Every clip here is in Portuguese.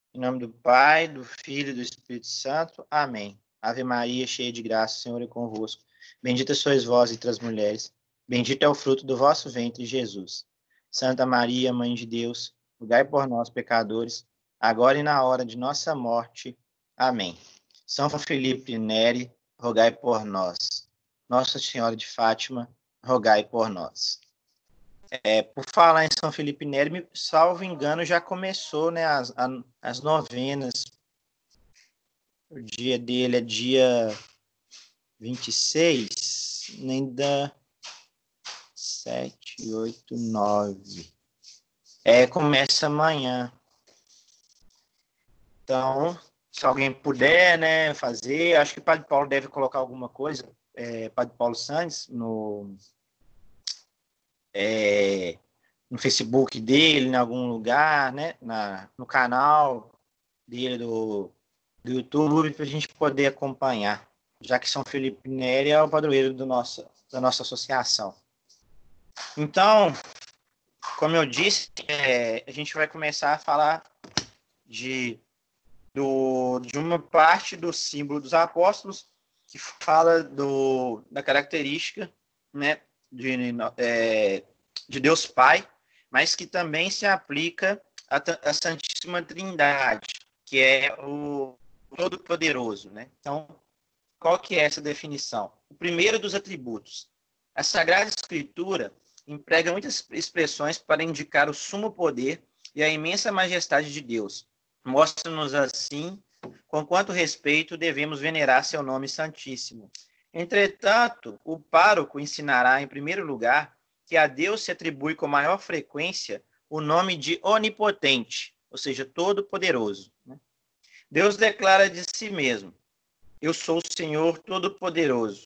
Em nome do Pai, do Filho e do Espírito Santo. Amém. Ave Maria, cheia de graça, o Senhor é convosco. Bendita sois vós entre as mulheres. Bendito é o fruto do vosso ventre, Jesus. Santa Maria, Mãe de Deus, rogai por nós, pecadores, agora e na hora de nossa morte. Amém. São Felipe Neri, rogai por nós. Nossa Senhora de Fátima, rogai por nós. Por falar em São Felipe Neri, salvo engano, já começou, né, as novenas. O dia dele é dia 26, ainda 7, 8, 9. Começa amanhã. Então, se alguém puder, né, fazer, acho que o Padre Paulo deve colocar alguma coisa, Padre Paulo Santos, no Facebook dele, em algum lugar, né, no canal dele do YouTube, para a gente poder acompanhar, já que São Felipe Neri é o padroeiro da nossa associação. Então, como eu disse, a gente vai começar a falar de uma parte do símbolo dos apóstolos, que fala da característica, né, de Deus Pai, mas que também se aplica à Santíssima Trindade, que é o Todo-Poderoso, né? Então, qual que é essa definição? O primeiro dos atributos. A Sagrada Escritura emprega muitas expressões para indicar o sumo poder e a imensa majestade de Deus. Mostra-nos assim com quanto respeito devemos venerar seu nome santíssimo. Entretanto, o pároco ensinará, em primeiro lugar, que a Deus se atribui com maior frequência o nome de onipotente, ou seja, todo-poderoso. Deus declara de si mesmo: eu sou o Senhor Todo-Poderoso.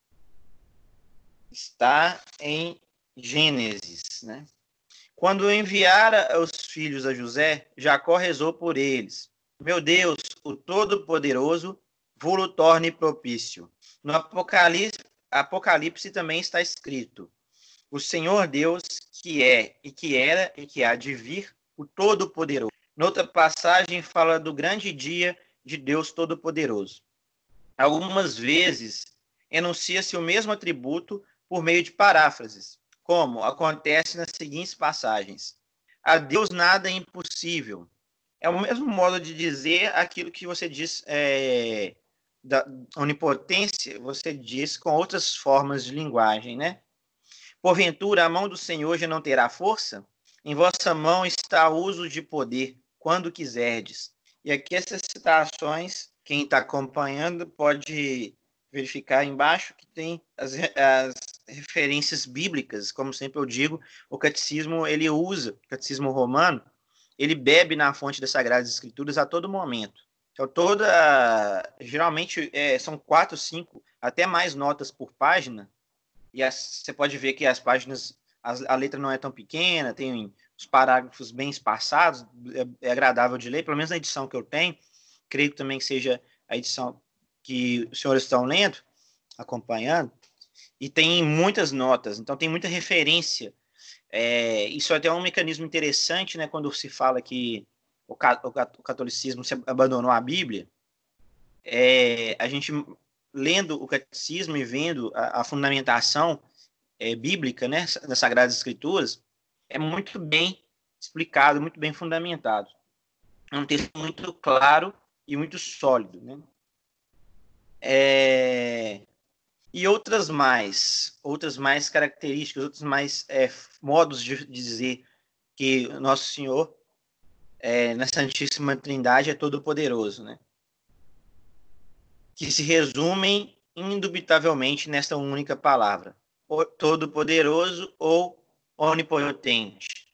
Está em Gênesis, né? Quando enviara os filhos a José, Jacó rezou por eles: meu Deus, o Todo-Poderoso, vos torne propício. No Apocalipse também está escrito: o Senhor Deus, que é, e que era, e que há de vir, o Todo-Poderoso. Noutra passagem fala do grande dia de Deus Todo-Poderoso. Algumas vezes enuncia-se o mesmo atributo por meio de paráfrases, como acontece nas seguintes passagens: a Deus nada é impossível. É o mesmo modo de dizer aquilo que você diz da onipotência, você diz com outras formas de linguagem, né? Porventura, a mão do Senhor já não terá força? Em vossa mão está o uso de poder, quando quiserdes. E aqui essas citações, quem está acompanhando pode verificar embaixo que tem as referências bíblicas. Como sempre eu digo, o catecismo, ele usa, o catecismo romano, ele bebe na fonte das Sagradas Escrituras a todo momento. Então, geralmente, são 4, 5, até mais notas por página, e você pode ver que as páginas, a letra não é tão pequena, tem os parágrafos bem espaçados, é agradável de ler, pelo menos na edição que eu tenho, creio que também seja a edição que os senhores estão lendo, acompanhando, e tem muitas notas, então tem muita referência. Isso até é um mecanismo interessante, né, quando se fala que o catolicismo se abandonou a Bíblia, a gente lendo o catecismo e vendo a fundamentação bíblica, né, das Sagradas Escrituras, é muito bem explicado, muito bem fundamentado. É um texto muito claro e muito sólido, né? E outras mais características, outros mais modos de dizer que o Nosso Senhor, na Santíssima Trindade, é todo-poderoso, né? Que se resumem indubitavelmente nessa única palavra: todo-poderoso ou onipotente.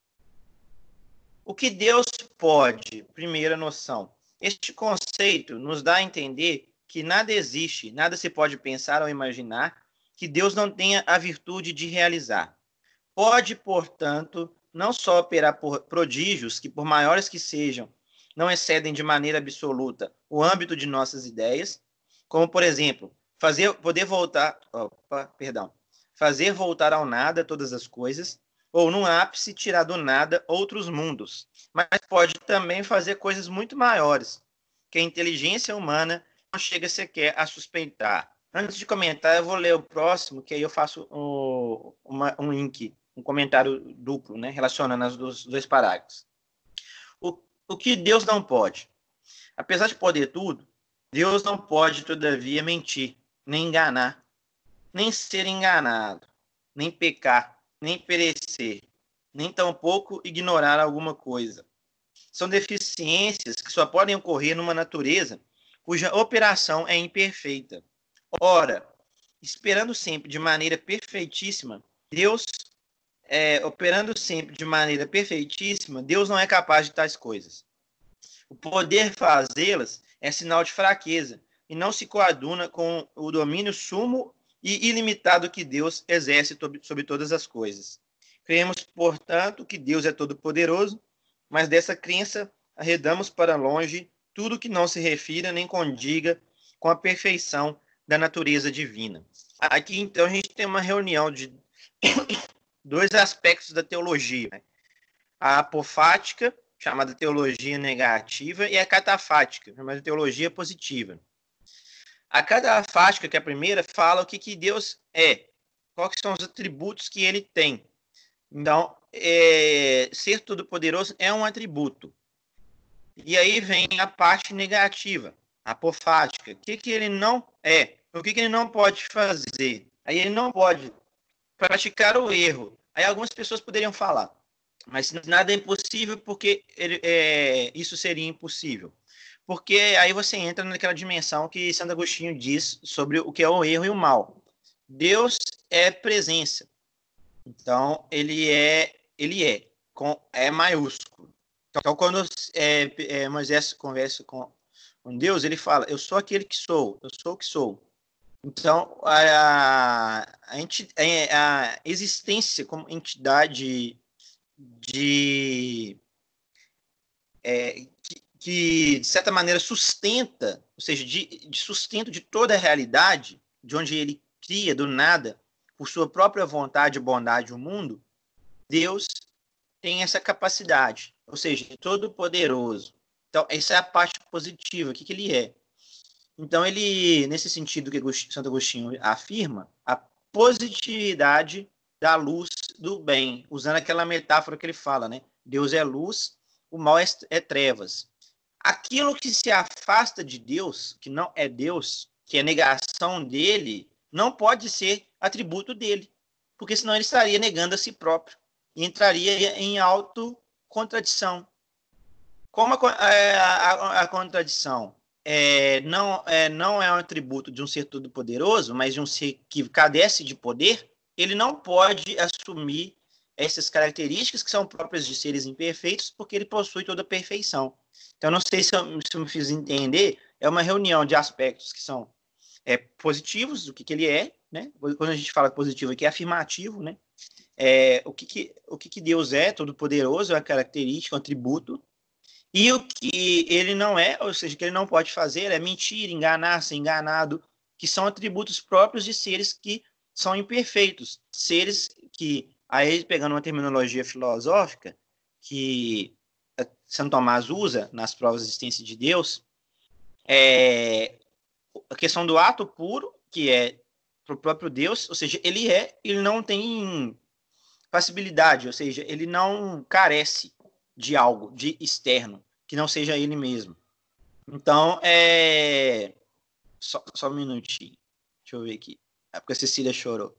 O que Deus pode? Primeira noção. Este conceito nos dá a entender que nada existe, nada se pode pensar ou imaginar que Deus não tenha a virtude de realizar. Pode, portanto, não só operar por prodígios que, por maiores que sejam, não excedem de maneira absoluta o âmbito de nossas ideias, como, por exemplo, fazer voltar ao nada todas as coisas, ou no ápice tirar do nada outros mundos, mas pode também fazer coisas muito maiores, que a inteligência humana não chega sequer a suspeitar. Antes de comentar, eu vou ler o próximo, que aí eu faço um link, um comentário duplo, né, relacionando os dois parágrafos. O que Deus não pode? Apesar de poder tudo, Deus não pode, todavia, mentir, nem enganar, nem ser enganado, nem pecar, nem perecer, nem tampouco ignorar alguma coisa. São deficiências que só podem ocorrer numa natureza cuja operação é imperfeita. Ora, esperando sempre de maneira perfeitíssima, Deus não é capaz de tais coisas. O poder fazê-las é sinal de fraqueza e não se coaduna com o domínio sumo e ilimitado que Deus exerce sobre todas as coisas. Cremos, portanto, que Deus é todo-poderoso, mas dessa crença arredamos para longe tudo que não se refira nem condiga com a perfeição da natureza divina. Aqui, então, a gente tem uma reunião de dois aspectos da teologia, né? A apofática, chamada teologia negativa, e a catafática, chamada teologia positiva. A catafática, que é a primeira, fala o que Deus é, quais são os atributos que ele tem. Então, ser todo-poderoso é um atributo. E aí vem a parte negativa, a apofática. O que ele não é? O que ele não pode fazer? Aí ele não pode praticar o erro. Aí algumas pessoas poderiam falar, mas nada é impossível porque isso seria impossível. Porque aí você entra naquela dimensão que Santo Agostinho diz sobre o que é o erro e o mal. Deus é presença. Então, ele é com E maiúsculo. Então, quando Moisés conversa com Deus, ele fala, eu sou aquele que sou, eu sou o que sou. Então, a existência como entidade que, de certa maneira, sustenta, ou seja, de sustento de toda a realidade, de onde ele cria do nada, por sua própria vontade e bondade, o mundo, Deus tem essa capacidade, ou seja, todo poderoso. Então, essa é a parte positiva, o que ele é. Então, ele, nesse sentido que Santo Agostinho afirma, a positividade da luz do bem, usando aquela metáfora que ele fala, né? Deus é luz, o mal é trevas. Aquilo que se afasta de Deus, que não é Deus, que é negação dele, não pode ser atributo dele, porque senão ele estaria negando a si próprio e entraria em autocontradição. Como a contradição não é um atributo de um ser todo-poderoso, mas de um ser que carece de poder, ele não pode assumir essas características que são próprias de seres imperfeitos, porque ele possui toda a perfeição. Então, não sei se eu me fiz entender, é uma reunião de aspectos que são positivos, do que ele é, né? Quando a gente fala positivo aqui, é afirmativo, né? O que Deus é, todo-poderoso, é uma característica, um atributo, e o que ele não é, ou seja, que ele não pode fazer, é mentir, enganar, ser enganado, que são atributos próprios de seres que são imperfeitos, seres que, aí pegando uma terminologia filosófica, que São Tomás usa nas provas de existência de Deus, a questão do ato puro, que é para o próprio Deus, ou seja, ele não tem passibilidade, ou seja, ele não carece de algo, de externo, que não seja ele mesmo. Então, só um minutinho. Deixa eu ver aqui. É porque a Cecília chorou.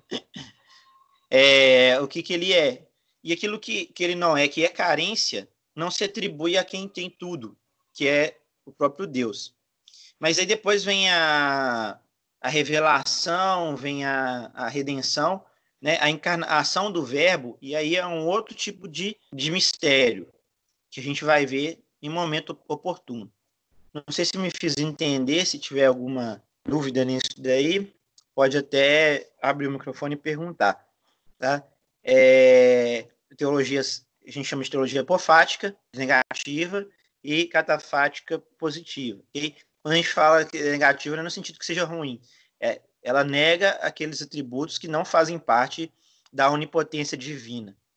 O que ele é. E aquilo que ele não é, que é carência, não se atribui a quem tem tudo, que é o próprio Deus. Mas aí depois vem a revelação, vem a redenção, né? A encarnação do verbo, e aí é um outro tipo de mistério, que a gente vai ver em momento oportuno. Não sei se me fiz entender, se tiver alguma dúvida nisso daí, pode até abrir o microfone e perguntar. Tá? Teologias, a gente chama de teologia apofática, negativa, e catafática positiva. E quando a gente fala que é negativa, não é no sentido que seja ruim. Ela nega aqueles atributos que não fazem parte da onipotência divina.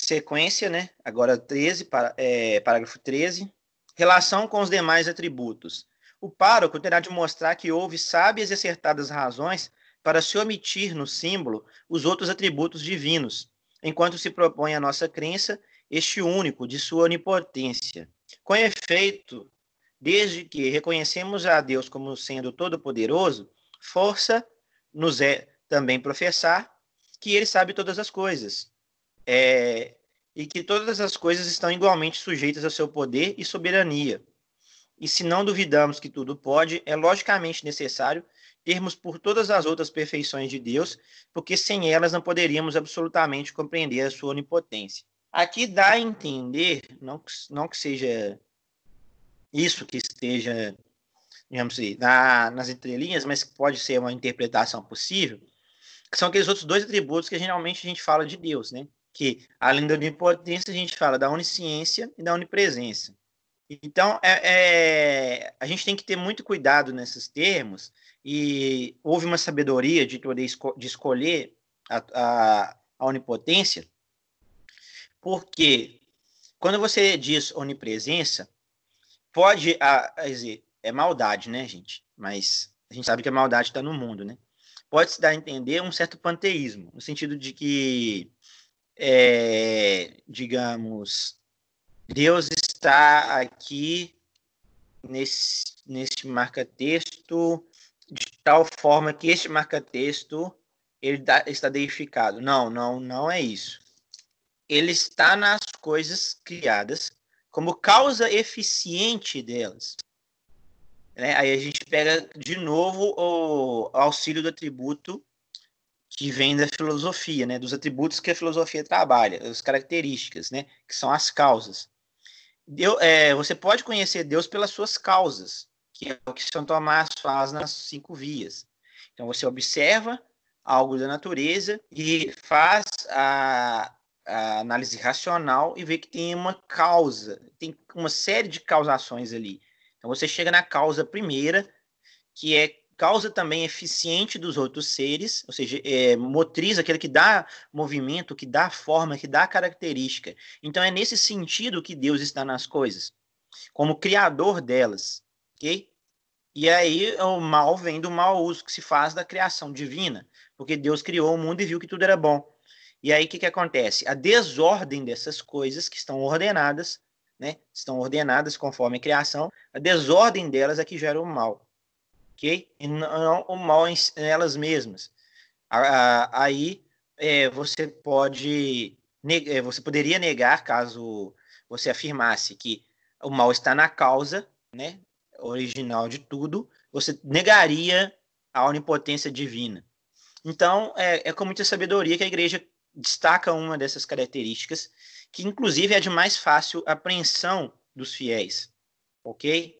sequência, né? Agora 13, parágrafo 13. Relação com os demais atributos. O pároco terá de mostrar que houve sábias e acertadas razões para se omitir no símbolo os outros atributos divinos, enquanto se propõe a nossa crença este único de sua onipotência. Com efeito, desde que reconhecemos a Deus como sendo todo-poderoso, força nos é também professar que ele sabe todas as coisas, e que todas as coisas estão igualmente sujeitas ao seu poder e soberania. E se não duvidamos que tudo pode, é logicamente necessário termos por todas as outras perfeições de Deus, porque sem elas não poderíamos absolutamente compreender a sua onipotência. Aqui dá a entender, não que seja isso que esteja, digamos assim, nas entrelinhas, mas que pode ser uma interpretação possível, que são aqueles outros dois atributos que geralmente a gente fala de Deus, né? Que, além da onipotência, a gente fala da onisciência e da onipresença. Então, a gente tem que ter muito cuidado nesses termos, e houve uma sabedoria de poder de escolher a onipotência, porque quando você diz onipresença, pode dizer, é maldade, né, gente? Mas a gente sabe que a maldade está no mundo, né? Pode-se dar a entender um certo panteísmo, no sentido de que, digamos, Deus está aqui neste marca-texto de tal forma que este marca-texto ele está deificado. Não é isso. Ele está nas coisas criadas como causa eficiente delas. Né? Aí a gente pega de novo o auxílio do atributo que vem da filosofia, né? Dos atributos que a filosofia trabalha, as características, né? Que são as causas. Você pode conhecer Deus pelas suas causas, que é o que São Tomás faz nas 5 vias. Então você observa algo da natureza e faz a análise racional e vê que tem uma causa, tem uma série de causações ali. Então você chega na causa primeira, que é causa também eficiente dos outros seres, ou seja, motriz, aquele que dá movimento, que dá forma, que dá característica. Então é nesse sentido que Deus está nas coisas, como criador delas, ok? E aí o mal vem do mau uso que se faz da criação divina, porque Deus criou o mundo e viu que tudo era bom. E aí o que acontece? A desordem dessas coisas que estão ordenadas, né? Estão ordenadas conforme a criação, a desordem delas é que gera o mal. Ok? E não o mal em elas mesmas. Aí você poderia negar, caso você afirmasse que o mal está na causa, né, original de tudo, você negaria a onipotência divina. Então, é com muita sabedoria que a igreja destaca uma dessas características, que inclusive é de mais fácil apreensão dos fiéis, ok?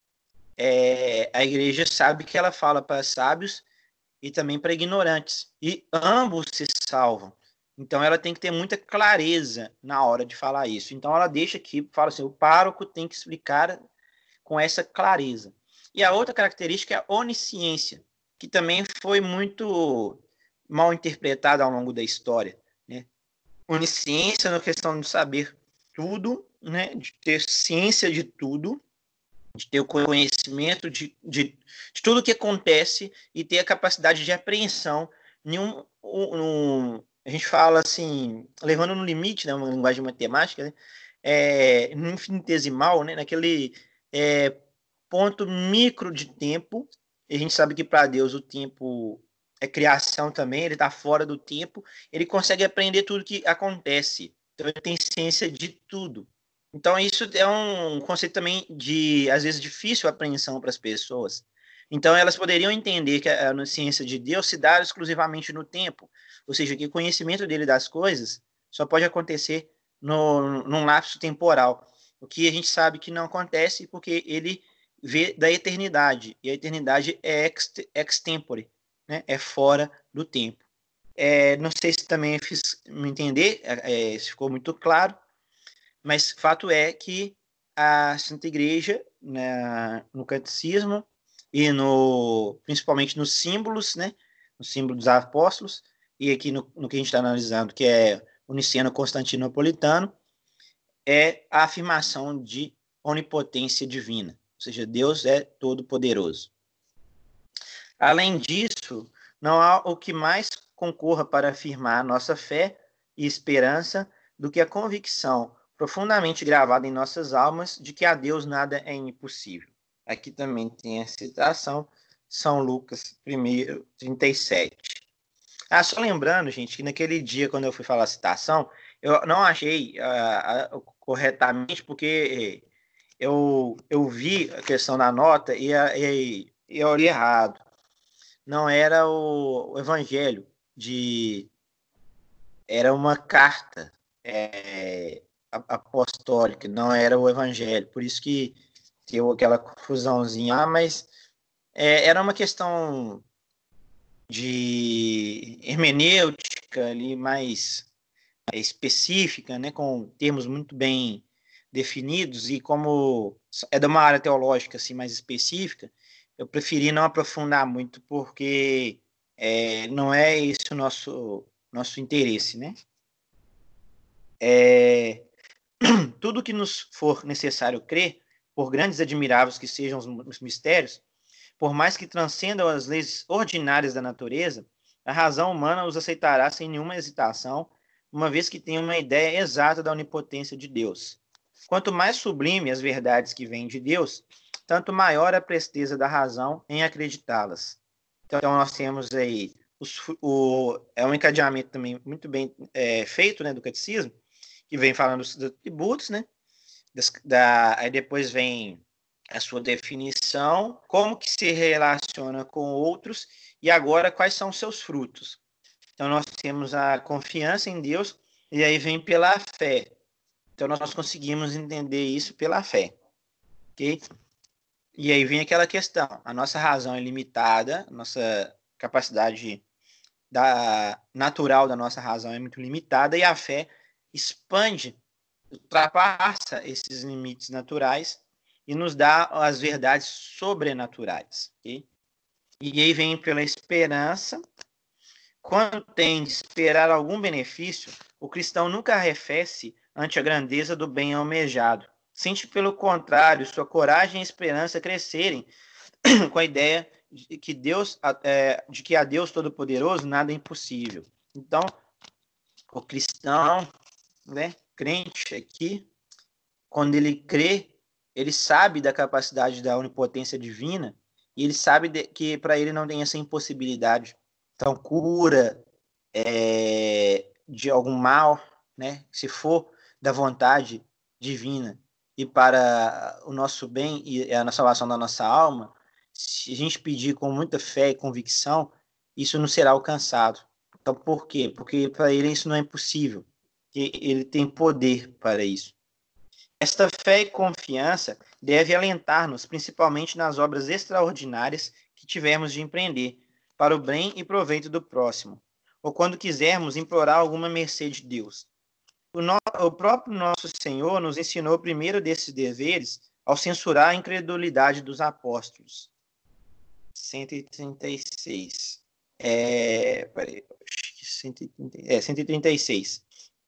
A igreja sabe que ela fala para sábios e também para ignorantes, e ambos se salvam. Então ela tem que ter muita clareza na hora de falar isso. Então ela deixa aqui, fala assim, o pároco tem que explicar com essa clareza. E a outra característica é a onisciência, que também foi muito mal interpretada ao longo da história, né? Onisciência na questão de saber tudo, né? De ter ciência de tudo, de ter o conhecimento de tudo que acontece e ter a capacidade de apreensão em a gente fala assim, levando no limite, né, uma linguagem matemática, né, no infinitesimal, né, naquele ponto micro de tempo. E a gente sabe que para Deus o tempo é criação também, ele está fora do tempo, ele consegue aprender tudo que acontece. Então ele tem ciência de tudo. Então, isso é um conceito também de, às vezes, difícil apreensão para as pessoas. Então, elas poderiam entender que a onisciência de Deus se dá exclusivamente no tempo, ou seja, que o conhecimento dele das coisas só pode acontecer num lapso temporal, o que a gente sabe que não acontece porque ele vê da eternidade, e a eternidade é extempore, né? É fora do tempo. Não sei se também fiz me entender, se ficou muito claro, mas fato é que a Santa Igreja, né, no catecismo e principalmente nos símbolos, né, no símbolo dos apóstolos, e aqui no que a gente está analisando, que é o niceno-constantinopolitano, é a afirmação de onipotência divina, ou seja, Deus é todo-poderoso. Além disso, não há o que mais concorra para afirmar nossa fé e esperança do que a convicção profundamente gravada em nossas almas de que a Deus nada é impossível. Aqui também tem a citação, São Lucas 1:37. Só lembrando, gente, que naquele dia, quando eu fui falar a citação, eu não achei corretamente, porque eu vi a questão da nota e eu olhei errado. Não era o evangelho, era uma carta apostólica, não era o evangelho. Por isso que deu aquela confusãozinha. Mas era uma questão de hermenêutica ali mais específica, né, com termos muito bem definidos, e como é de uma área teológica assim mais específica, eu preferi não aprofundar muito, porque não é esse o nosso interesse, né? Tudo que nos for necessário crer, por grandes e admiráveis que sejam os mistérios, por mais que transcendam as leis ordinárias da natureza, a razão humana os aceitará sem nenhuma hesitação, uma vez que tem uma ideia exata da onipotência de Deus. Quanto mais sublime as verdades que vêm de Deus, tanto maior a presteza da razão em acreditá-las. Então, nós temos aí um encadeamento também muito bem feito, né, do catecismo, que vem falando dos atributos, né? Aí depois vem a sua definição, como que se relaciona com outros, e agora quais são os seus frutos. Então nós temos a confiança em Deus, e aí vem pela fé. Então nós conseguimos entender isso pela fé, ok? E aí vem aquela questão, a nossa razão é limitada, a nossa capacidade natural da nossa razão é muito limitada, e a fé expande, ultrapassa esses limites naturais e nos dá as verdades sobrenaturais. Okay? E aí vem pela esperança. Quando tem de esperar algum benefício, o cristão nunca arrefece ante a grandeza do bem almejado. Sente, pelo contrário, sua coragem e esperança crescerem com a ideia de que a Deus Todo-Poderoso nada é impossível. Então, o cristão, né, crente aqui, quando ele crê, ele sabe da capacidade da onipotência divina, e ele sabe que para ele não tem essa impossibilidade. Então, cura de algum mal, né, se for da vontade divina e para o nosso bem e a salvação da nossa alma, se a gente pedir com muita fé e convicção, isso não será alcançado. Então, por quê? Porque para ele isso não é impossível, que ele tem poder para isso. Esta fé e confiança deve alentar-nos, principalmente nas obras extraordinárias que tivermos de empreender, para o bem e proveito do próximo, ou quando quisermos implorar alguma mercê de Deus. O próprio nosso Senhor nos ensinou o primeiro desses deveres ao censurar a incredulidade dos apóstolos. 136. Peraí, acho que 136.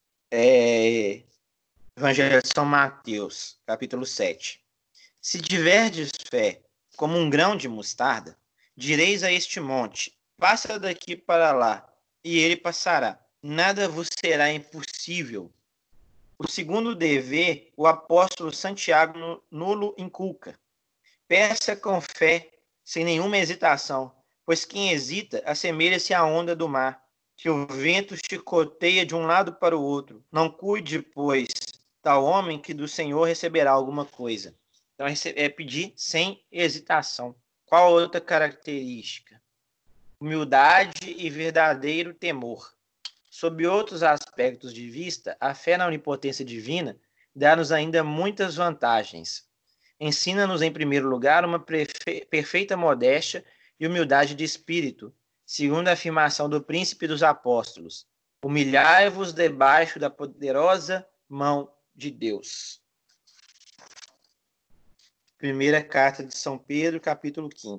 Evangelho de São Mateus, capítulo 7. Se tiverdes fé como um grão de mostarda, direis a este monte, passa daqui para lá, e ele passará. Nada vos será impossível. O segundo dever, o apóstolo Santiago nulo inculca. Peça com fé, sem nenhuma hesitação, pois quem hesita assemelha-se à onda do mar, que o vento chicoteia de um lado para o outro. Não cuide, pois, tal homem que do Senhor receberá alguma coisa. Então, é pedir sem hesitação. Qual outra característica? Humildade e verdadeiro temor. Sob outros aspectos de vista, a fé na onipotência divina dá-nos ainda muitas vantagens. Ensina-nos, em primeiro lugar, uma perfeita modéstia e humildade de espírito, segundo a afirmação do príncipe dos apóstolos. Humilhai-vos debaixo da poderosa mão de Deus. Primeira carta de São Pedro, capítulo 5.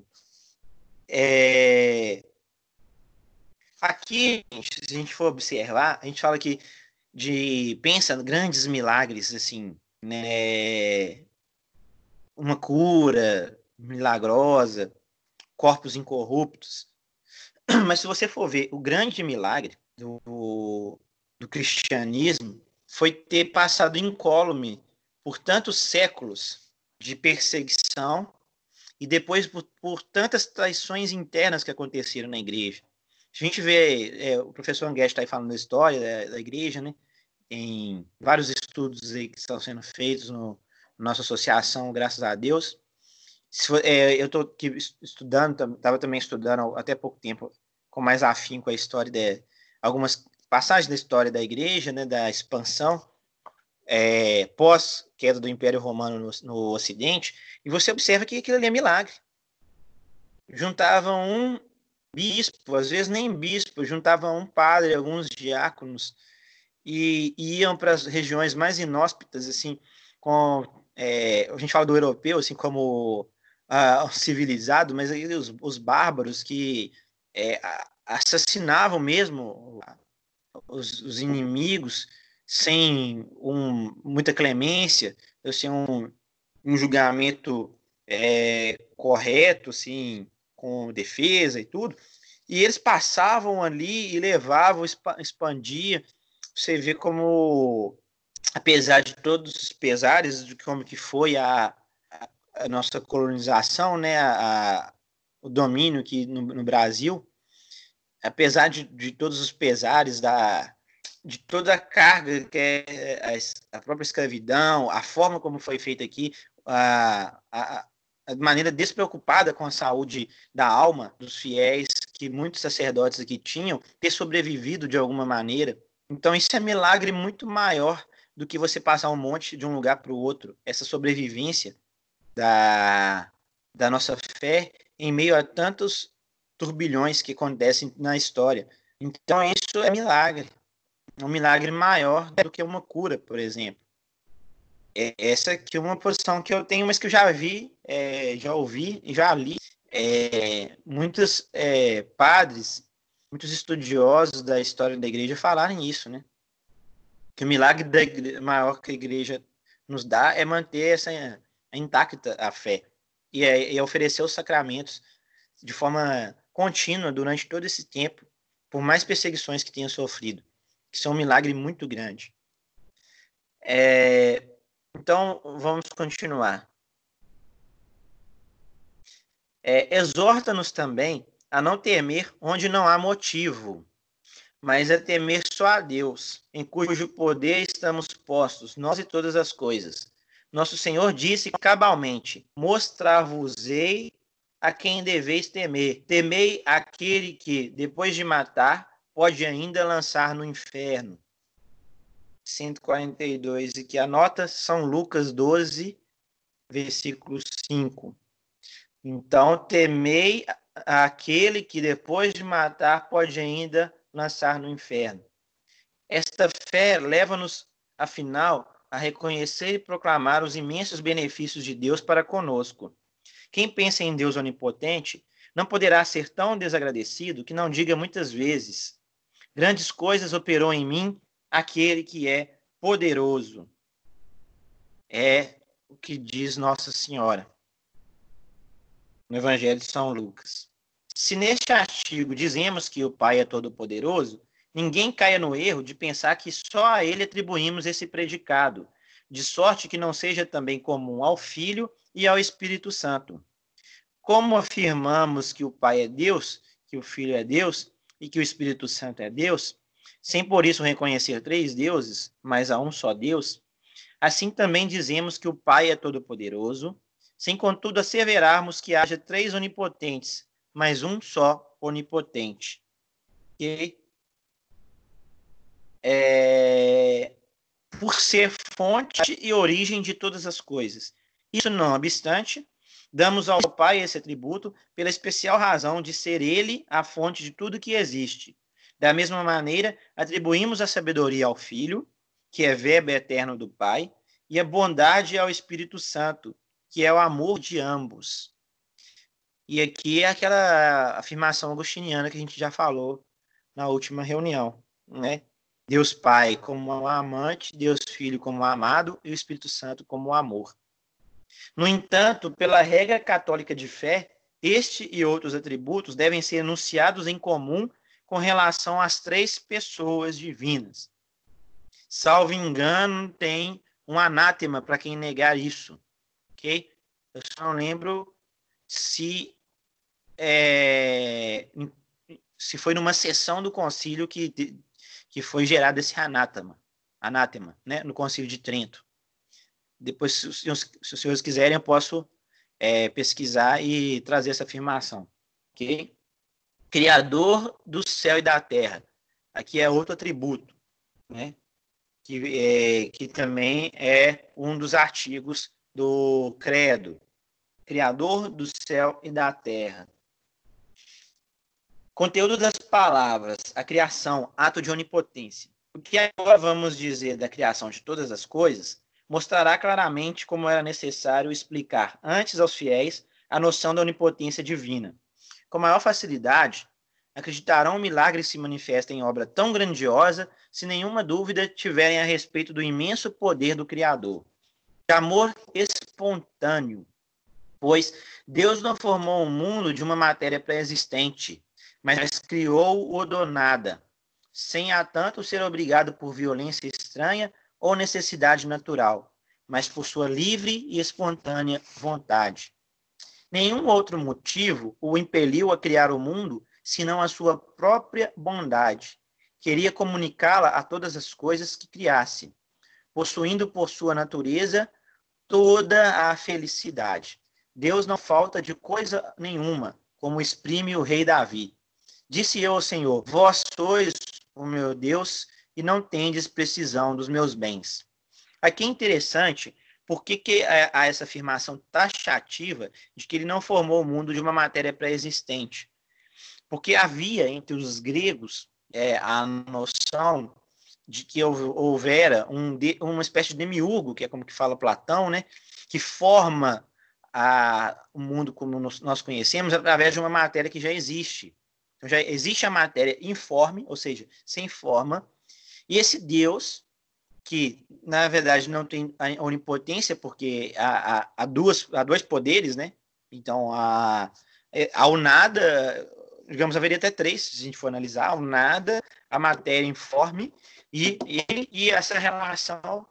Aqui, se a gente for observar, a gente fala que pensa grandes milagres, assim, né? Uma cura milagrosa, corpos incorruptos. Mas se você for ver, o grande milagre do cristianismo foi ter passado incólume por tantos séculos de perseguição e depois por tantas traições internas que aconteceram na igreja. A gente vê, o professor Anguete está aí falando da história da igreja, né? Tem vários estudos aí que estão sendo feitos na nossa associação, graças a Deus. Eu estou aqui estudando, estava também estudando até pouco tempo, com mais afinco a história de algumas passagens da história da igreja, né, da expansão, pós queda do Império Romano no Ocidente, e você observa que aquilo ali é milagre. Juntavam um bispo, às vezes nem bispo, juntavam um padre, alguns diáconos, e iam para as regiões mais inóspitas, assim, a gente fala do europeu, assim, como civilizado, mas aí os bárbaros que assassinavam mesmo os inimigos sem muita clemência, sem um julgamento correto, assim, com defesa e tudo, e eles passavam ali e levavam, expandia. Você vê como, apesar de todos os pesares de como que foi a nossa colonização, né, o domínio aqui no Brasil, apesar de todos os pesares de toda a carga que é a própria escravidão, a forma como foi feita aqui, a maneira despreocupada com a saúde da alma dos fiéis que muitos sacerdotes aqui tinham, ter sobrevivido de alguma maneira. Então isso é milagre muito maior do que você passar um monte de um lugar para o outro. Essa sobrevivência da nossa fé em meio a tantos turbilhões que acontecem na história. Então isso é milagre. É um milagre maior do que uma cura, por exemplo. Essa aqui é uma posição que eu tenho, mas que eu já vi, já ouvi, já li muitos padres, muitos estudiosos da história da igreja falarem isso, né? Que o milagre maior que a igreja nos dá é manter intacta a fé e oferecer os sacramentos de forma contínua durante todo esse tempo, por mais perseguições que tenha sofrido. Isso é um milagre muito grande. Então, vamos continuar. Exorta-nos também a não temer onde não há motivo, mas a temer só a Deus, em cujo poder estamos postos, nós e todas as coisas. Nosso Senhor disse cabalmente: mostrar-vos-ei a quem deveis temer. Temei aquele que, depois de matar, pode ainda lançar no inferno. 142, e que anota São Lucas 12, versículo 5. Então, temei aquele que, depois de matar, pode ainda lançar no inferno. Esta fé leva-nos, afinal, a reconhecer e proclamar os imensos benefícios de Deus para conosco. Quem pensa em Deus onipotente não poderá ser tão desagradecido que não diga muitas vezes: grandes coisas operou em mim aquele que é poderoso. É o que diz Nossa Senhora no Evangelho de São Lucas. Se neste artigo dizemos que o Pai é todo-poderoso, ninguém caia no erro de pensar que só a ele atribuímos esse predicado, de sorte que não seja também comum ao Filho e ao Espírito Santo. Como afirmamos que o Pai é Deus, que o Filho é Deus e que o Espírito Santo é Deus, sem por isso reconhecer três deuses, mas a um só Deus, assim também dizemos que o Pai é todo-poderoso, sem contudo asseverarmos que haja três onipotentes, mas um só onipotente. E, por ser fonte e origem de todas as coisas. Isso não obstante, damos ao Pai esse atributo pela especial razão de ser Ele a fonte de tudo que existe. Da mesma maneira, atribuímos a sabedoria ao Filho, que é verbo eterno do Pai, e a bondade ao Espírito Santo, que é o amor de ambos. E aqui é aquela afirmação agostiniana que a gente já falou na última reunião, né? Deus Pai como o amante, Deus Filho como o amado e o Espírito Santo como o amor. No entanto, pela regra católica de fé, este e outros atributos devem ser enunciados em comum com relação às três pessoas divinas. Salvo engano, tem um anátema para quem negar isso, ok? Eu só não lembro se foi numa sessão do concílio que foi gerado esse anátema, né, no concílio de Trento. Depois, se os senhores quiserem, eu posso pesquisar e trazer essa afirmação. Ok? Criador do céu e da terra. Aqui é outro atributo, né? Que também é um dos artigos do credo. Criador do céu e da terra. Conteúdo das palavras, a criação, ato de onipotência. O que agora vamos dizer da criação de todas as coisas mostrará claramente como era necessário explicar antes aos fiéis a noção da onipotência divina. Com maior facilidade, acreditarão o milagre se manifesta em obra tão grandiosa, se nenhuma dúvida tiverem a respeito do imenso poder do Criador. De amor espontâneo, pois Deus não formou o mundo de uma matéria pré-existente, mas criou-o do nada, sem a tanto ser obrigado por violência estranha ou necessidade natural, mas por sua livre e espontânea vontade. Nenhum outro motivo o impeliu a criar o mundo, senão a sua própria bondade. Queria comunicá-la a todas as coisas que criasse, possuindo por sua natureza toda a felicidade. Deus não falta de coisa nenhuma, como exprime o rei Davi. Disse eu ao Senhor, vós sois o meu Deus e não tendes precisão dos meus bens. Aqui é interessante, porque há essa afirmação taxativa de que ele não formou o mundo de uma matéria pré-existente. Porque havia entre os gregos a noção de que houvera uma espécie de demiurgo, que é como que fala Platão, né, que forma o mundo como nós conhecemos através de uma matéria que já existe. Então já existe a matéria informe, ou seja, sem forma, e esse Deus, que na verdade não tem a onipotência, porque há dois poderes, né? Então, ao nada, digamos, haveria até três, se a gente for analisar, ao nada, a matéria informe, e essa relação,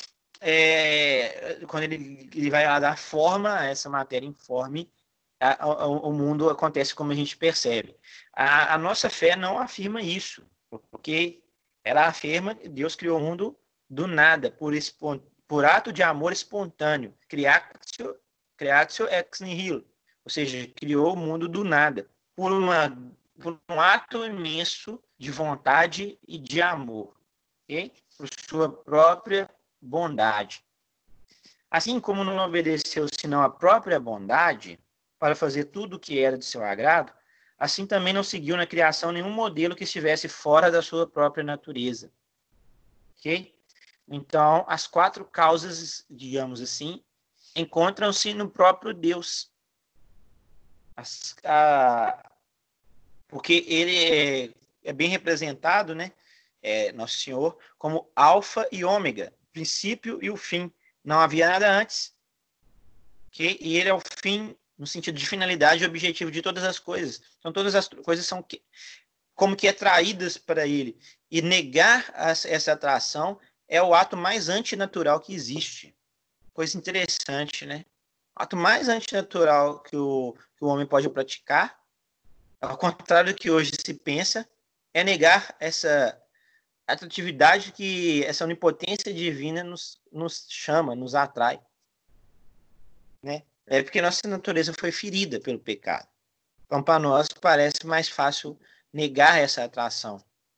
quando ele vai lá dar forma a essa matéria informe, o mundo acontece como a gente percebe. A nossa fé não afirma isso, porque ela afirma que Deus criou o mundo do nada, por ato de amor espontâneo, creatio ex nihilo, ou seja, criou o mundo do nada, por um ato imenso de vontade e de amor, okay? Por sua própria bondade. Assim como não obedeceu senão a própria bondade, para fazer tudo o que era de seu agrado, assim também não seguiu na criação nenhum modelo que estivesse fora da sua própria natureza. Ok? Então, as quatro causas, digamos assim, encontram-se no próprio Deus. Porque ele é bem representado, né? Nosso Senhor, como alfa e ômega, princípio e o fim. Não havia nada antes. Okay? E ele é o fim no sentido de finalidade e objetivo de todas as coisas. Então, todas as coisas são como que atraídas para ele. E negar essa atração é o ato mais antinatural que existe. Coisa interessante, né? O ato mais antinatural que o homem pode praticar, ao contrário do que hoje se pensa, é negar essa atratividade que essa onipotência divina nos chama, nos atrai. Né? É porque nossa natureza foi ferida pelo pecado. Então, para nós, parece mais fácil negar essa atração.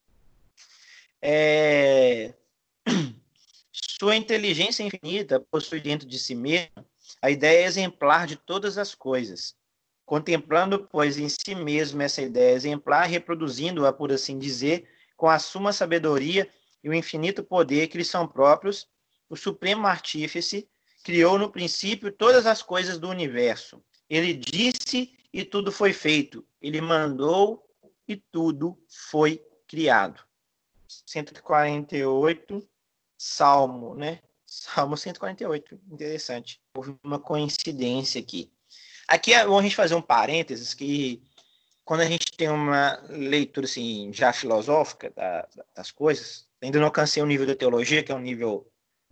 Sua inteligência infinita possui dentro de si mesma a ideia exemplar de todas as coisas. Contemplando, pois, em si mesmo essa ideia exemplar, reproduzindo-a, por assim dizer, com a suma sabedoria e o infinito poder que lhe são próprios, o Supremo Artífice criou no princípio todas as coisas do universo. Ele disse e tudo foi feito. Ele mandou e tudo foi criado. 148, Salmo, né? Salmo 148, interessante. Houve uma coincidência aqui. Aqui é bom a gente fazer um parênteses que quando a gente tem uma leitura assim, já filosófica das coisas, ainda não alcancei o nível da teologia, que é um nível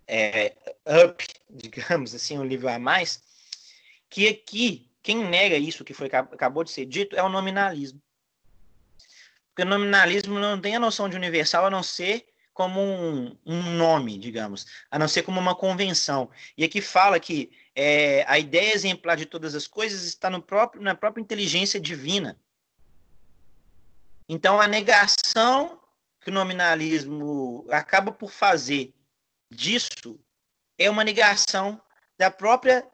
up, digamos assim, um nível a mais, que aqui, quem nega isso que acabou de ser dito é o nominalismo. Porque o nominalismo não tem a noção de universal a não ser como um nome, digamos, a não ser como uma convenção. E aqui fala que a ideia exemplar de todas as coisas está na própria inteligência divina. Então, a negação que o nominalismo acaba por fazer disso é uma negação da própria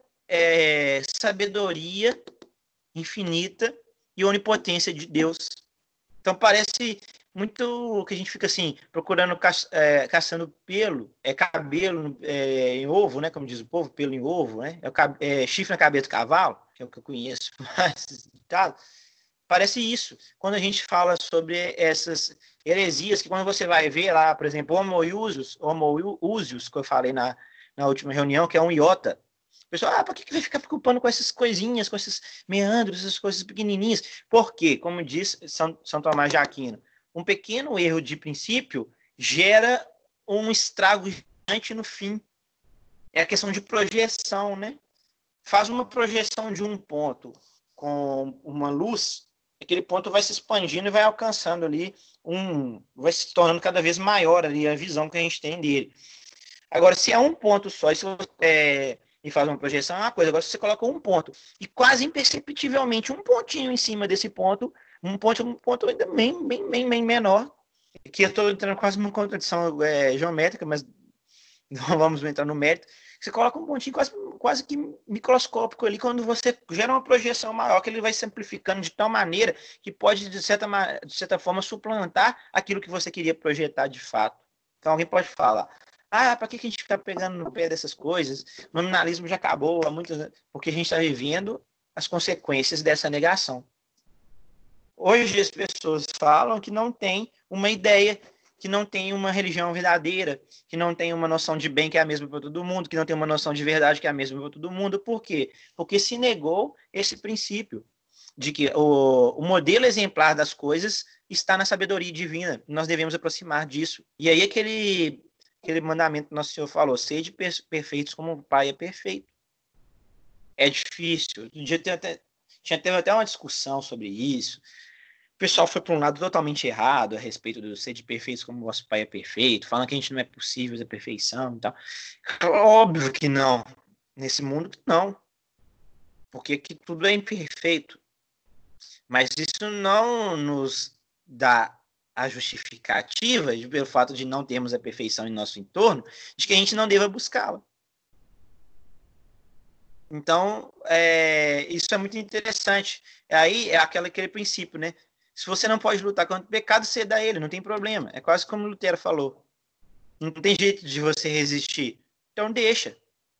sabedoria infinita e onipotência de Deus. Então, parece muito que a gente fica assim, procurando, caçando pelo, cabelo em ovo, né? Como diz o povo, pelo em ovo, né? Chifre na cabeça do cavalo, que é o que eu conheço mais. Parece isso. Quando a gente fala sobre essas heresias, que quando você vai ver lá, por exemplo, homoúsios, que eu falei na última reunião, que é um iota. O pessoal, por que vai ficar preocupando com essas coisinhas, com esses meandros, essas coisas pequenininhas? Por quê? Como diz São Tomás de Aquino, um pequeno erro de princípio gera um estrago gigante no fim. É a questão de projeção, né? Faz uma projeção de um ponto com uma luz, aquele ponto vai se expandindo e vai alcançando ali vai se tornando cada vez maior ali a visão que a gente tem dele. Agora, se é um ponto só, e faz uma projeção, é uma coisa. Agora, se você coloca um ponto e quase imperceptivelmente um pontinho em cima desse ponto, um ponto ainda bem menor, que eu estou entrando quase numa contradição geométrica, mas não vamos entrar no mérito. Você coloca um pontinho quase que microscópico ali, quando você gera uma projeção maior, que ele vai simplificando de tal maneira que pode, de certa forma, suplantar aquilo que você queria projetar de fato. Então, alguém pode falar, para que a gente fica pegando no pé dessas coisas? O nominalismo já acabou há muitos anos, porque a gente está vivendo as consequências dessa negação. Hoje as pessoas falam que não tem uma ideia, que não tem uma religião verdadeira, que não tem uma noção de bem que é a mesma para todo mundo, que não tem uma noção de verdade que é a mesma para todo mundo. Por quê? Porque se negou esse princípio de que o modelo exemplar das coisas está na sabedoria divina. Nós devemos aproximar disso. E aí aquele mandamento que Nosso Senhor falou, sede perfeitos como o Pai é perfeito. É difícil. Um dia teve até uma discussão sobre isso. O pessoal foi para um lado totalmente errado a respeito do ser de perfeitos como o vosso Pai é perfeito, falando que a gente não é possível a perfeição e tal. Óbvio que não. Nesse mundo, não. Porque aqui tudo é imperfeito. Mas isso não nos dá a justificativa, pelo fato de não termos a perfeição em nosso entorno, de que a gente não deva buscá-la. Então, isso é muito interessante. Aí é aquele princípio, né? Se você não pode lutar contra o pecado, ceda a ele, não tem problema. É quase como Lutero falou. Não tem jeito de você resistir. Então deixa.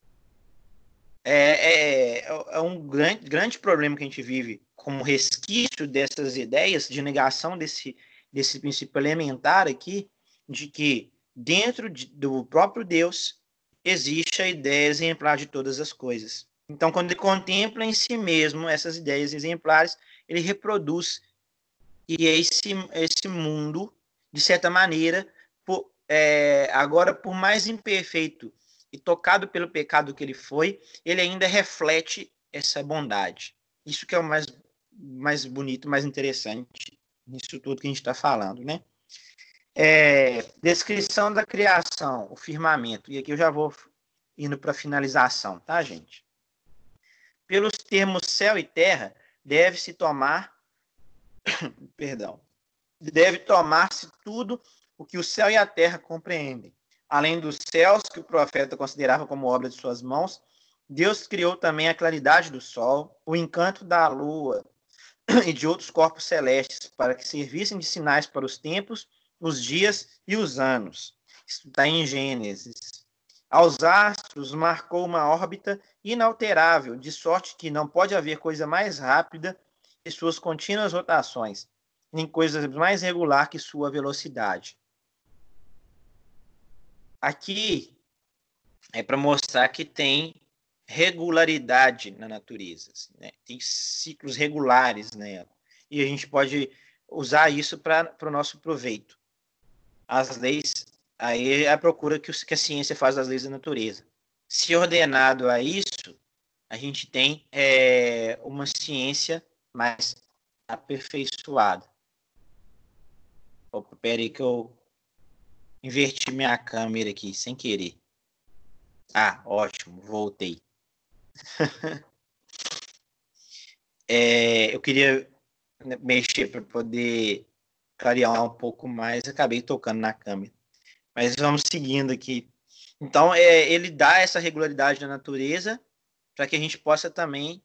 É um grande problema que a gente vive como resquício dessas ideias de negação desse princípio elementar aqui, de que dentro do próprio Deus existe a ideia exemplar de todas as coisas. Então, quando ele contempla em si mesmo essas ideias exemplares, ele reproduz. E esse mundo, de certa maneira, agora, por mais imperfeito e tocado pelo pecado que ele foi, ele ainda reflete essa bondade. Isso que é o mais bonito, mais interessante nisso tudo que a gente está falando, né? Descrição da criação, o firmamento. E aqui eu já vou indo para a finalização, tá, gente? Pelos termos céu e terra, deve-se tomar perdão, deve tomar-se tudo o que o céu e a terra compreendem. Além dos céus, que o profeta considerava como obra de suas mãos, Deus criou também a claridade do sol, o encanto da lua e de outros corpos celestes, para que servissem de sinais para os tempos, os dias e os anos. Isso está em Gênesis. Aos astros marcou uma órbita inalterável, de sorte que não pode haver coisa mais rápida que suas contínuas rotações, nem coisa mais regular que sua velocidade. Aqui é para mostrar que tem regularidade na natureza, assim, né? Tem ciclos regulares nela. E a gente pode usar isso para o nosso proveito. As leis, aí é a procura que a ciência faz das leis da natureza. Se ordenado a isso, a gente tem uma ciência mais aperfeiçoada. Opa, pera aí que eu inverti minha câmera aqui, sem querer. Ah, ótimo, voltei. Eu queria mexer para poder clarear um pouco mais, acabei tocando na câmera. Mas vamos seguindo aqui. Então, ele dá essa regularidade na natureza para que a gente possa também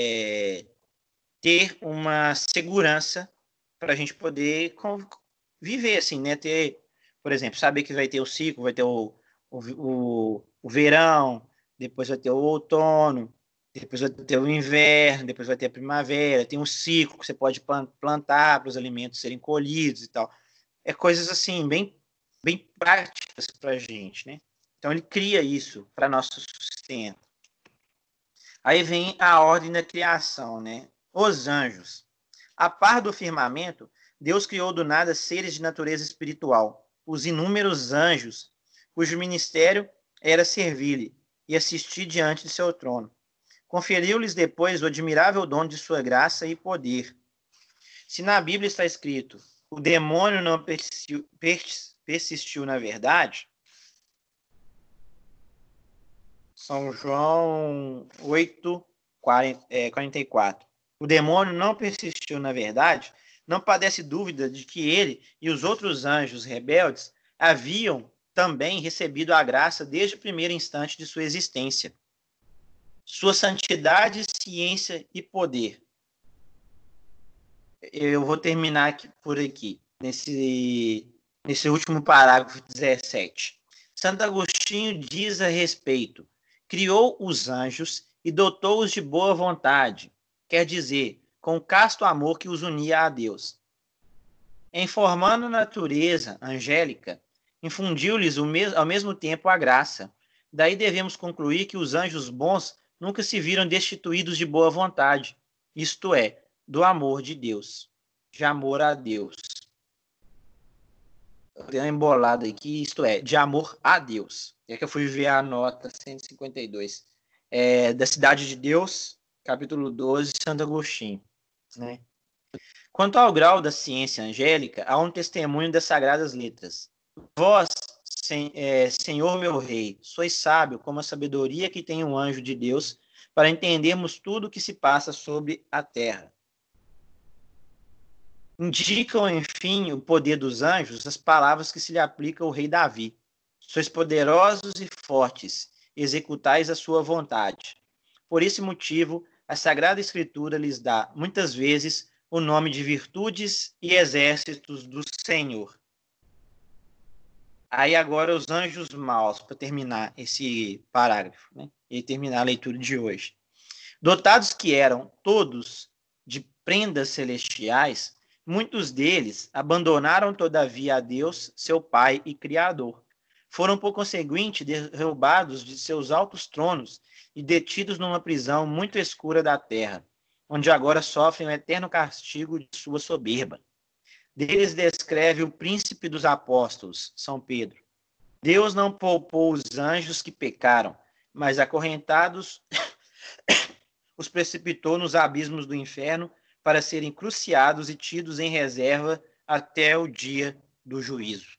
ter uma segurança para a gente poder viver, assim, né? Ter, por exemplo, saber que vai ter o ciclo, vai ter o verão, depois vai ter o outono, depois vai ter o inverno, depois vai ter a primavera, tem um ciclo que você pode plantar para os alimentos serem colhidos e tal. É coisas assim, bem práticas para a gente, né? Então ele cria isso para nosso sustento. Aí vem a ordem da criação, né? Os anjos. A par do firmamento, Deus criou do nada seres de natureza espiritual, os inúmeros anjos, cujo ministério era servir-lhe e assistir diante de seu trono. Conferiu-lhes depois o admirável dom de sua graça e poder. Se na Bíblia está escrito, o demônio não persistiu na verdade, São João 8, 44. O demônio não persistiu na verdade, não padece dúvida de que ele e os outros anjos rebeldes haviam também recebido a graça desde o primeiro instante de sua existência. Sua santidade, ciência e poder. Eu vou terminar por aqui, nesse último parágrafo 17. Santo Agostinho diz a respeito: criou os anjos e dotou-os de boa vontade, quer dizer, com casto amor que os unia a Deus. Em formando a natureza angélica, infundiu-lhes ao mesmo tempo a graça. Daí devemos concluir que os anjos bons nunca se viram destituídos de boa vontade, isto é, do amor de Deus, de amor a Deus. Tem uma embolada aqui, isto é, de amor a Deus. É que eu fui ver a nota 152. Da Cidade de Deus, capítulo 12, Santo Agostinho. Né? Quanto ao grau da ciência angélica, há um testemunho das sagradas letras. Vós, Senhor meu Rei, sois sábio como a sabedoria que tem um anjo de Deus para entendermos tudo o que se passa sobre a terra. Indicam, enfim, o poder dos anjos as palavras que se lhe aplica ao rei Davi. Sois poderosos e fortes, executais a sua vontade. Por esse motivo, a Sagrada Escritura lhes dá, muitas vezes, o nome de virtudes e exércitos do Senhor. Aí agora os anjos maus, para terminar esse parágrafo, né? E terminar a leitura de hoje. Dotados que eram todos de prendas celestiais, muitos deles abandonaram todavia a Deus, seu Pai e Criador. Foram, por conseguinte, derrubados de seus altos tronos e detidos numa prisão muito escura da terra, onde agora sofrem o eterno castigo de sua soberba. Deles descreve o príncipe dos apóstolos, São Pedro. Deus não poupou os anjos que pecaram, mas acorrentados os precipitou nos abismos do inferno para serem cruciados e tidos em reserva até o dia do juízo.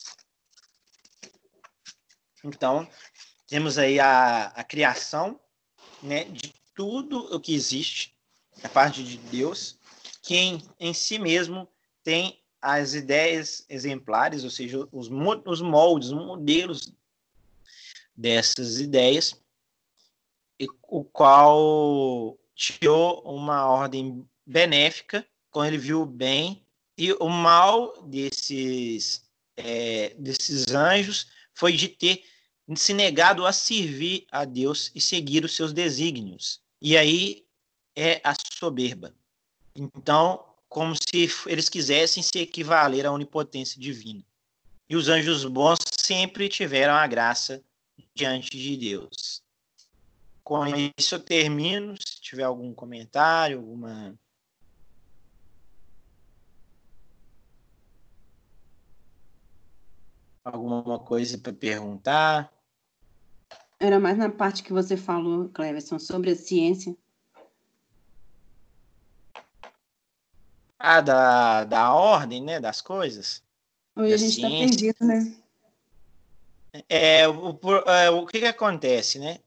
Então, temos aí a criação, né, de tudo o que existe, a parte de Deus, que em si mesmo tem as ideias exemplares, ou seja, os moldes, os modelos dessas ideias, o qual tirou uma ordem benéfica, quando ele viu o bem, e o mal desses anjos foi de ter se negado a servir a Deus e seguir os seus desígnios. E aí é a soberba. Então, como se eles quisessem se equivaler à onipotência divina. e os anjos bons sempre tiveram a graça diante de Deus. Com isso eu termino. Se tiver algum comentário, alguma coisa para perguntar. Era mais na parte que você falou, Cleverson, sobre a ciência. Da ordem, né, das coisas. Hoje da a gente está ciência. perdido, né? O que acontece, né?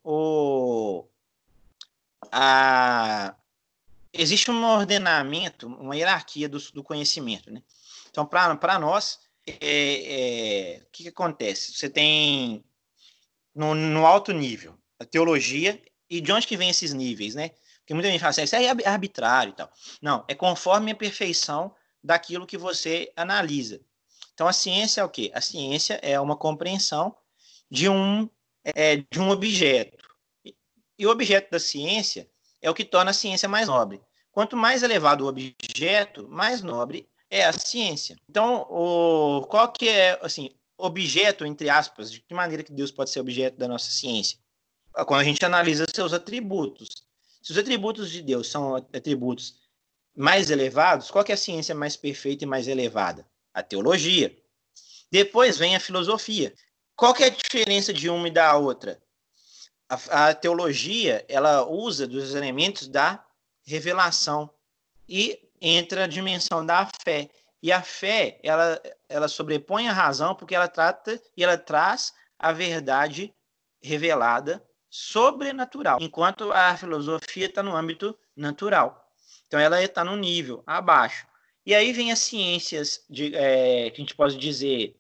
Existe um ordenamento, uma hierarquia do conhecimento, né? Então, para nós, o que acontece? Você tem no alto nível a teologia, e de onde que vem esses níveis, né? Porque muita gente fala assim, isso aí é arbitrário e tal. Não, é conforme a perfeição daquilo que você analisa. Então, a ciência é o quê? A ciência é uma compreensão de um objeto. E o objeto da ciência é o que torna a ciência mais nobre. Quanto mais elevado o objeto, mais nobre é a ciência. Então, qual que é, assim, objeto, entre aspas, de que maneira que Deus pode ser objeto da nossa ciência? Quando a gente analisa seus atributos. Se os atributos de Deus são atributos mais elevados, qual que é a ciência mais perfeita e mais elevada? A teologia. Depois vem a filosofia. Qual que é a diferença de uma e da outra? A teologia, ela usa dos elementos da revelação e entra a dimensão da fé. E a fé, ela sobrepõe a razão porque ela trata e ela traz a verdade revelada sobrenatural, enquanto a filosofia está no âmbito natural. Então, ela está num nível abaixo. E aí vem as ciências, que a gente pode dizer,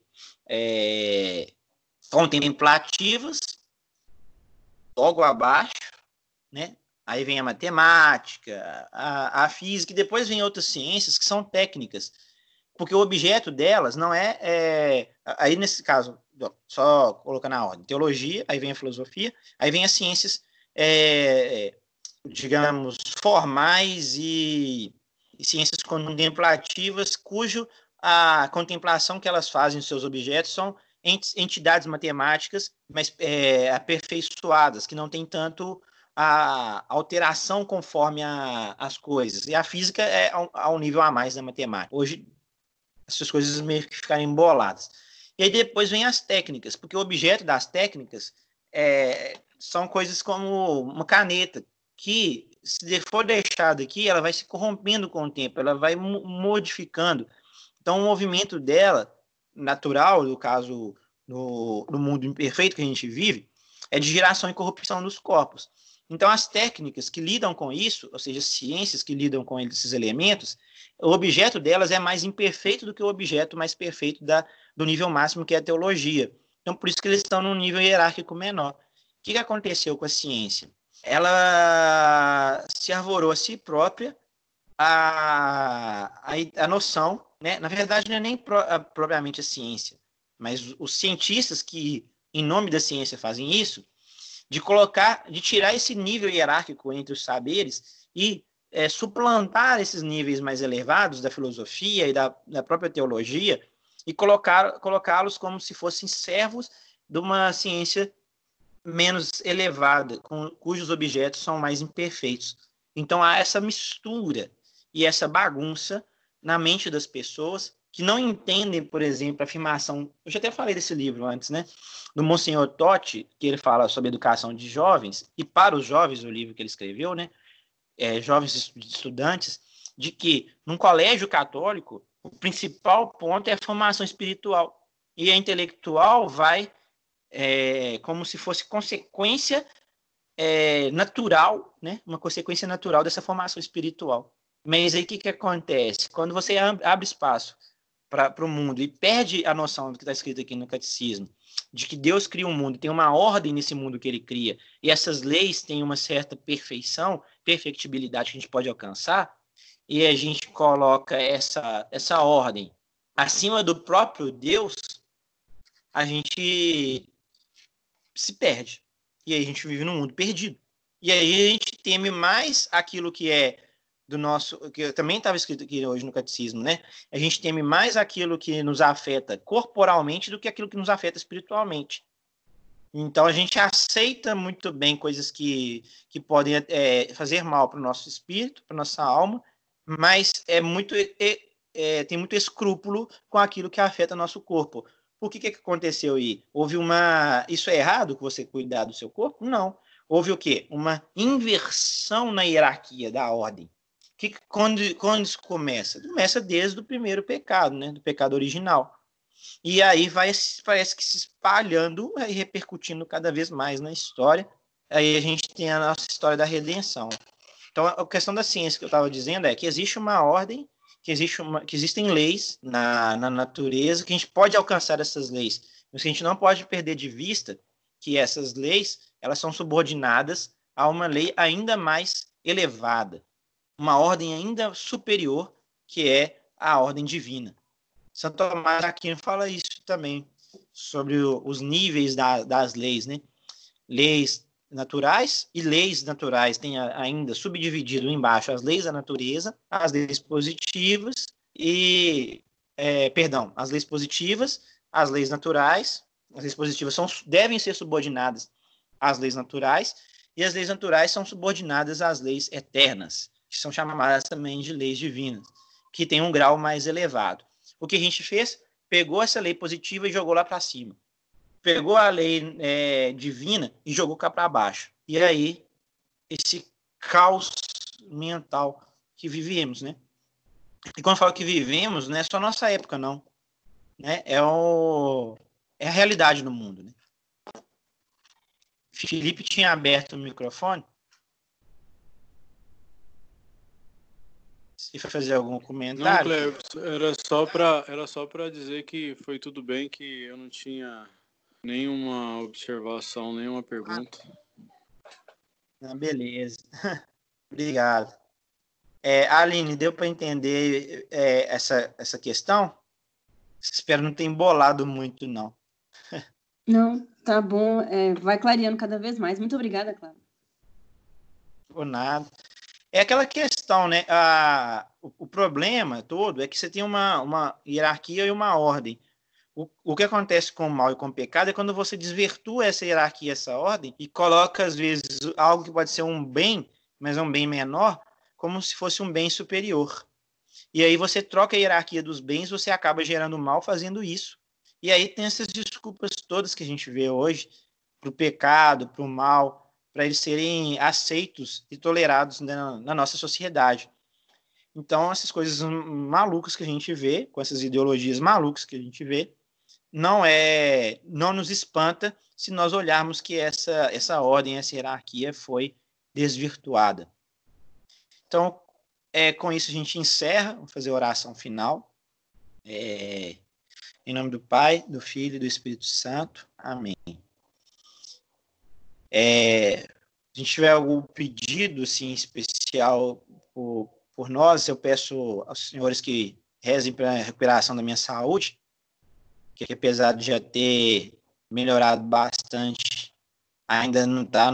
contemplativas, logo abaixo, né? Aí vem a matemática, a física, e depois vem outras ciências que são técnicas, porque o objeto delas não aí nesse caso, só colocando na ordem, teologia, aí vem a filosofia, aí vem as ciências, digamos, formais e ciências contemplativas, cujo a contemplação que elas fazem dos seus objetos são entidades matemáticas, mas aperfeiçoadas, que não tem tanto a alteração conforme as coisas. E a física é ao nível a mais da matemática. Hoje, essas coisas meio que ficaram emboladas. E aí depois vem as técnicas, porque o objeto das técnicas são coisas como uma caneta, que se for deixada aqui, ela vai se corrompendo com o tempo, ela vai modificando. Então, o movimento dela, natural, no caso, no mundo imperfeito que a gente vive, é de geração e corrupção dos corpos. Então, as técnicas que lidam com isso, ou seja, ciências que lidam com esses elementos, o objeto delas é mais imperfeito do que o objeto mais perfeito do nível máximo, que é a teologia. Então, por isso que eles estão num nível hierárquico menor. O que aconteceu com a ciência? Ela se arvorou a si própria a noção, né? Na verdade, não é nem propriamente a ciência, mas os cientistas que, em nome da ciência, fazem isso, de tirar esse nível hierárquico entre os saberes e suplantar esses níveis mais elevados da filosofia e da própria teologia e colocá-los como se fossem servos de uma ciência menos elevada, cujos objetos são mais imperfeitos. Então há essa mistura e essa bagunça na mente das pessoas que não entendem, por exemplo, a afirmação. Eu já até falei desse livro antes, né? Do Monsenhor Totti, que ele fala sobre educação de jovens, e para os jovens, o livro que ele escreveu, né? Jovens estudantes, de que num colégio católico o principal ponto é a formação espiritual. E a intelectual vai como se fosse consequência natural, né? Uma consequência natural dessa formação espiritual. Mas aí o que acontece? Quando você abre espaço para o mundo e perde a noção do que está escrito aqui no catecismo, de que Deus cria um mundo, tem uma ordem nesse mundo que ele cria, e essas leis têm uma certa perfeição, perfectibilidade que a gente pode alcançar, e a gente coloca essa ordem acima do próprio Deus, a gente se perde. E aí a gente vive num mundo perdido. E aí a gente teme mais aquilo que é do nosso, que também estava escrito aqui hoje no catecismo, né? A gente teme mais aquilo que nos afeta corporalmente do que aquilo que nos afeta espiritualmente. Então a gente aceita muito bem coisas que podem fazer mal para o nosso espírito, para nossa alma, mas tem muito escrúpulo com aquilo que afeta nosso corpo. Por que aconteceu aí? Isso é errado que você cuidar do seu corpo? Não. Houve o quê? Uma inversão na hierarquia da ordem. Quando isso começa? Começa desde o primeiro pecado, né? Do pecado original. E aí parece que se espalhando e repercutindo cada vez mais na história. Aí a gente tem a nossa história da redenção. Então, a questão da ciência que eu estava dizendo é que existe uma ordem, que existem leis na natureza, que a gente pode alcançar essas leis, mas que a gente não pode perder de vista que essas leis elas são subordinadas a uma lei ainda mais elevada, uma ordem ainda superior, que é a ordem divina. Santo Tomás de Aquino fala isso também, sobre os níveis das leis, né? Leis naturais e leis naturais. Tem ainda subdividido embaixo as leis da natureza, as leis positivas as leis positivas, as leis naturais. As leis positivas devem ser subordinadas às leis naturais e as leis naturais são subordinadas às leis eternas, que são chamadas também de leis divinas, que têm um grau mais elevado. O que a gente fez? Pegou essa lei positiva e jogou lá para cima. Pegou a lei divina e jogou cá para baixo. E aí, esse caos mental que vivemos, né? E quando eu falo que vivemos, não é só nossa época, não. Né? É a realidade do mundo, né? Felipe tinha aberto o microfone. Você foi fazer algum comentário? Não, Cleves, era só para dizer que foi tudo bem, que eu não tinha nenhuma observação, nenhuma pergunta. Beleza. Obrigado. Aline, deu para entender essa questão? Espero não ter embolado muito, não. Não, tá bom. Vai clareando cada vez mais. Muito obrigada, Cláudia. Por nada. É aquela questão, né? O problema todo é que você tem uma hierarquia e uma ordem. O que acontece com o mal e com o pecado é quando você desvirtua essa hierarquia, essa ordem, e coloca, às vezes, algo que pode ser um bem, mas é um bem menor, como se fosse um bem superior. E aí você troca a hierarquia dos bens, você acaba gerando mal fazendo isso. E aí tem essas desculpas todas que a gente vê hoje para o pecado, para o mal, para eles serem aceitos e tolerados na nossa sociedade. Então, essas coisas malucas que a gente vê, com essas ideologias malucas que a gente vê, não nos espanta se nós olharmos que essa ordem, essa hierarquia foi desvirtuada. Então, com isso a gente encerra, vamos fazer a oração final. Em nome do Pai, do Filho e do Espírito Santo. Amém. Se a gente tiver algum pedido assim, especial por nós, eu peço aos senhores que rezem para a recuperação da minha saúde, que apesar de já ter melhorado bastante, ainda não está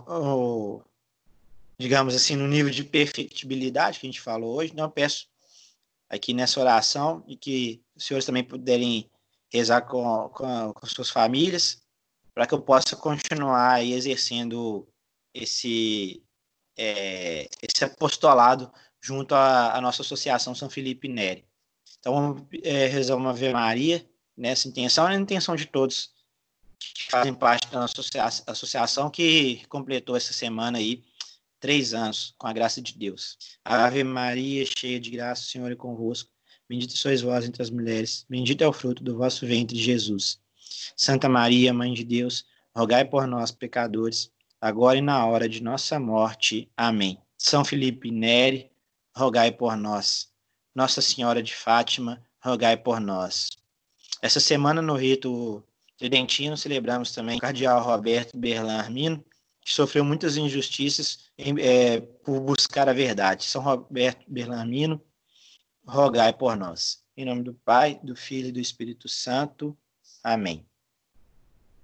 digamos assim, no nível de perfectibilidade que a gente falou hoje. Então eu peço aqui nessa oração e que os senhores também puderem rezar com suas famílias, para que eu possa continuar aí exercendo esse apostolado junto à nossa associação São Felipe Neri. Então vamos rezar uma Ave Maria nessa intenção, e na intenção de todos que fazem parte da nossa associação, que completou essa semana aí 3 anos, com a graça de Deus. Ave Maria, cheia de graça, o Senhor é convosco. Bendita sois vós entre as mulheres, bendito é o fruto do vosso ventre, Jesus. Santa Maria, Mãe de Deus, rogai por nós, pecadores, agora e na hora de nossa morte. Amém. São Felipe Neri, rogai por nós. Nossa Senhora de Fátima, rogai por nós. Essa semana, no rito tridentino, celebramos também o cardeal Roberto Bellarmino, que sofreu muitas injustiças por buscar a verdade. São Roberto Bellarmino, rogai por nós. Em nome do Pai, do Filho e do Espírito Santo. Amém.